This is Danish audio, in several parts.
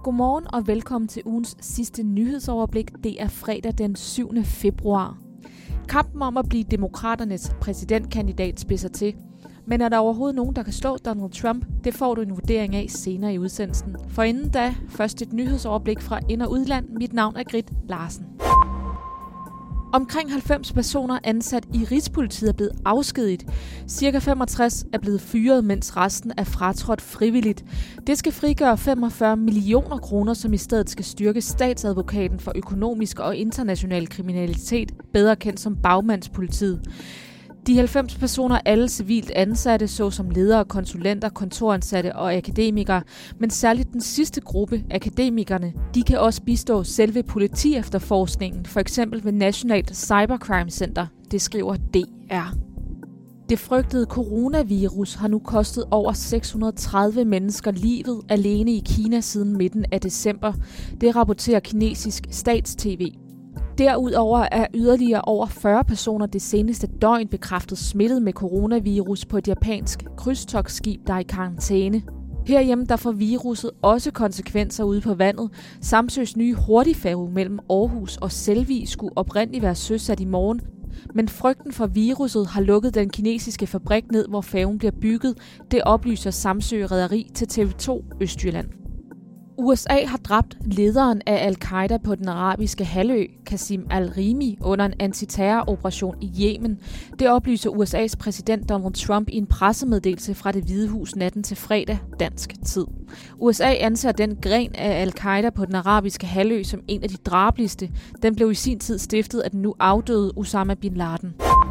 Godmorgen og velkommen til ugens sidste nyhedsoverblik. Det er fredag den 7. februar. Kampen om at blive demokraternes præsidentkandidat spidser til. Men er der overhovedet nogen, der kan slå Donald Trump? Det får du en vurdering af senere i udsendelsen. For inden da, først et nyhedsoverblik fra ind- og udland. Mit navn er Grit Larsen. Omkring 90 personer ansat i Rigspolitiet er blevet afskediget. Cirka 65 er blevet fyret, mens resten er fratrådt frivilligt. Det skal frigøre 45 millioner kroner, som i stedet skal styrke statsadvokaten for økonomisk og international kriminalitet, bedre kendt som Bagmandspolitiet. De 90 personer er alle civilt ansatte, såsom ledere, konsulenter, kontoransatte og akademikere. Men særligt den sidste gruppe, akademikerne, de kan også bistå selve politiefterforskningen, for eksempel ved Nationalt Cybercrime Center. Det skriver DR. Det frygtede coronavirus har nu kostet over 630 mennesker livet alene i Kina siden midten af december. Det rapporterer kinesisk stats-TV. Derudover er yderligere over 40 personer det seneste døgn bekræftet smittet med coronavirus på et japansk krydstogtskib, der er i karantæne. Herhjemme der får viruset også konsekvenser ude på vandet. Samsøs nye hurtigfærge mellem Aarhus og Selvi skulle oprindeligt være søsat i morgen, men frygten for viruset har lukket den kinesiske fabrik ned, hvor færgen bliver bygget. Det oplyser Samsø Rederi til TV2 Østjylland. USA har dræbt lederen af al-Qaida på den arabiske halvø, Qasim al-Rimi, under en antiterroroperation i Yemen. Det oplyser USA's præsident Donald Trump i en pressemeddelelse fra Det Hvide Hus natten til fredag dansk tid. USA anser den gren af al-Qaida på den arabiske halvø som en af de drabligste. Den blev i sin tid stiftet af den nu afdøde Osama bin Laden.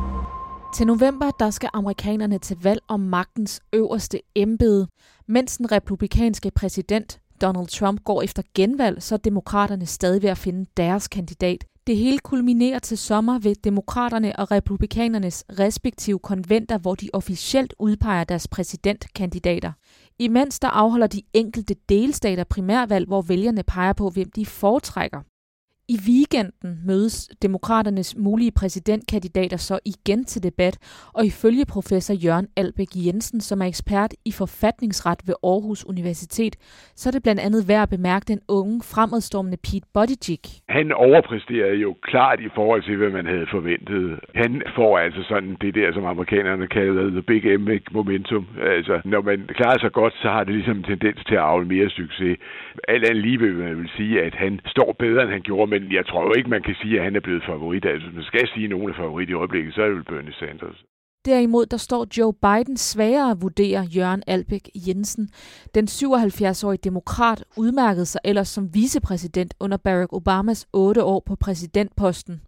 Til november der skal amerikanerne til valg om magtens øverste embede, mens den republikanske præsident Donald Trump går efter genvalg, så er demokraterne stadig ved at finde deres kandidat. Det hele kulminerer til sommer ved demokraterne og republikanernes respektive konventer, hvor de officielt udpeger deres præsidentkandidater. Imens der afholder de enkelte delstater primærvalg, hvor vælgerne peger på, hvem de foretrækker. I weekenden mødes demokraternes mulige præsidentkandidater så igen til debat, og ifølge professor Jørgen Albæk Jensen, som er ekspert i forfatningsret ved Aarhus Universitet, så er det blandt andet værd at bemærke den unge, fremadstormende Pete Buttigieg. Han overpræsterede jo klart i forhold til, hvad man havde forventet. Han får altså sådan det der, som amerikanerne kalder the big momentum. Altså, når man klarer sig godt, så har det ligesom en tendens til at avle mere succes. Alt andet lige vil sige, at han står bedre, end han gjorde, men jeg tror jo ikke, man kan sige, at han er blevet favorit. Altså, hvis man skal sige, at nogen er favorit i øjeblikket, så er det vel Bernie Sanders. Derimod der står Joe Biden sværere, vurderer Jørgen Albæk Jensen. Den 77-årige demokrat udmærkede sig ellers som vicepræsident under Barack Obamas 8 år på præsidentposten.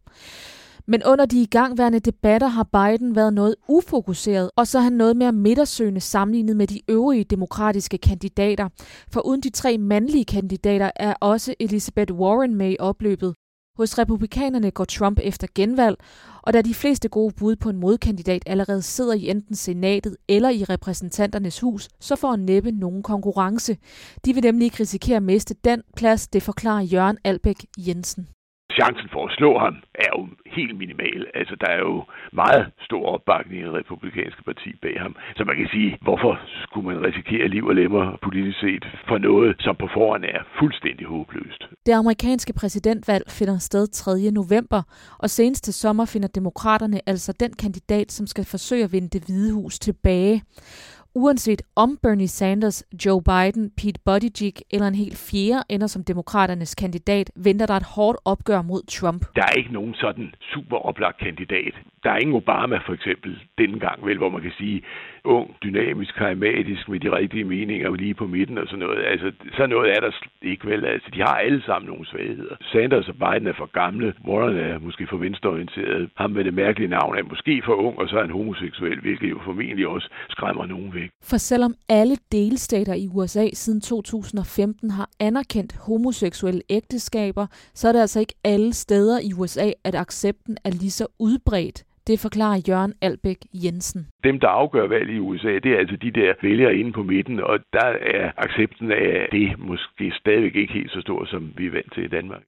Men under de igangværende debatter har Biden været noget ufokuseret, og så er han noget mere midtersøgende sammenlignet med de øvrige demokratiske kandidater. For uden de 3 mandlige kandidater er også Elizabeth Warren med i opløbet. Hos republikanerne går Trump efter genvalg, og da de fleste gode bud på en modkandidat allerede sidder i enten senatet eller i repræsentanternes hus, så får han næppe nogen konkurrence. De vil nemlig ikke risikere at miste den plads, det forklarer Jørgen Albæk Jensen. Chancen for at slå ham er jo helt minimal. Altså, der er jo meget stor opbakning i det republikanske parti bag ham. Så man kan sige, hvorfor skulle man risikere liv og lemmer politisk set for noget, som på forhånd er fuldstændig håbløst? Det amerikanske præsidentvalg finder sted 3. november, og senest til sommer finder demokraterne altså den kandidat, som skal forsøge at vinde Det Hvide Hus tilbage. Uanset om Bernie Sanders, Joe Biden, Pete Buttigieg eller en helt fjerde ender som demokraternes kandidat, venter der et hårdt opgør mod Trump. Der er ikke nogen sådan super oplagt kandidat. Der er ingen Obama for eksempel denne gang, vel, hvor man kan sige ung, dynamisk, karismatisk med de rigtige meninger lige på midten og sådan noget. Altså, sådan noget er der ikke vel. Altså, de har alle sammen nogle svagheder. Sanders og Biden er for gamle. Warren er måske for venstreorienteret. Ham med det mærkelige navn er måske for ung, og så er han homoseksuel, hvilket jo formentlig også skræmmer nogen væk. For selvom alle delstater i USA siden 2015 har anerkendt homoseksuelle ægteskaber, så er det altså ikke alle steder i USA, at accepten er lige så udbredt. Det forklarer Jørgen Albæk Jensen. Dem, der afgør valg i USA, det er altså de der vælgere inde på midten, og der er accepten af det måske stadigvæk ikke helt så stor, som vi er vant til i Danmark.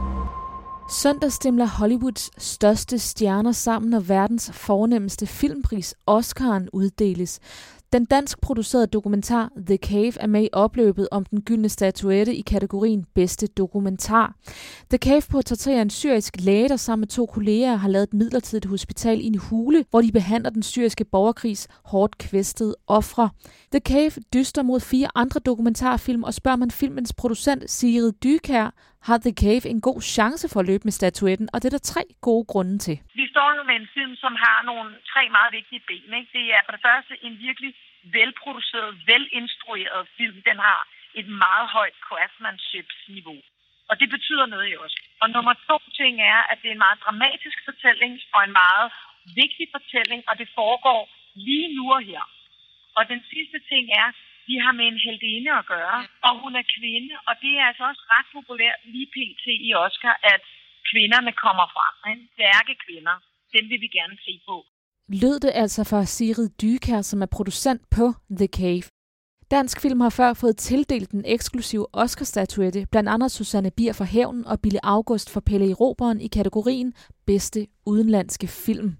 Søndag stimler Hollywoods største stjerner sammen, når verdens fornemmeste filmpris, Oscaren, uddeles. Den dansk producerede dokumentar The Cave er med i opløbet om den gyldne statuette i kategorien bedste dokumentar. The Cave portrætterer en syrisk læge, der sammen med 2 kolleger har lavet et midlertidigt hospital i en hule, hvor de behandler den syriske borgerkrigs hårdt kvæstede ofre. The Cave dyster mod 4 andre dokumentarfilm, og spørger man filmens producent Sigrid Dyrkjær, har The Cave en god chance for at løbe med statuetten, og det er der 3 gode grunde til. Vi står nu med en film, som har nogle 3 meget vigtige ben. Ikke? Det er for det første en virkelig velproduceret, velinstrueret film. Den har et meget højt craftsmanship-niveau. Og det betyder noget i os. Og nummer 2 ting er, at det er en meget dramatisk fortælling og en meget vigtig fortælling, og det foregår lige nu og her. Og den sidste ting er, vi har med en heltinde at gøre, og hun er kvinde, og det er altså også ret populært lige pt. I Oscar, at kvinderne kommer frem. Stærke kvinder, dem vil vi gerne se på. Lød det altså fra Sigrid Dyrkjær, som er producent på The Cave. Dansk Film har før fået tildelt den eksklusive Oscar-statuette, blandt andet Susanne Bier for Hævnen og Bille August for Pelle Erobreren i kategorien bedste udenlandske film.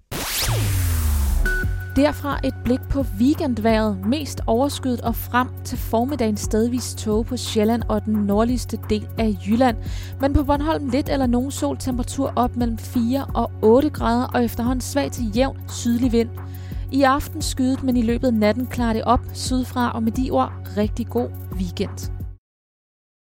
Derfra et blik på weekendvejret, mest overskyet og frem til formiddagens stedvis tåge på Sjælland og den nordligste del af Jylland. Men på Bornholm lidt eller nogen sol, temperatur op mellem 4 og 8 grader og efterhånden svag til jævn sydlig vind. I aften skydet, men i løbet af natten klarer det op sydfra, og med de ord rigtig god weekend.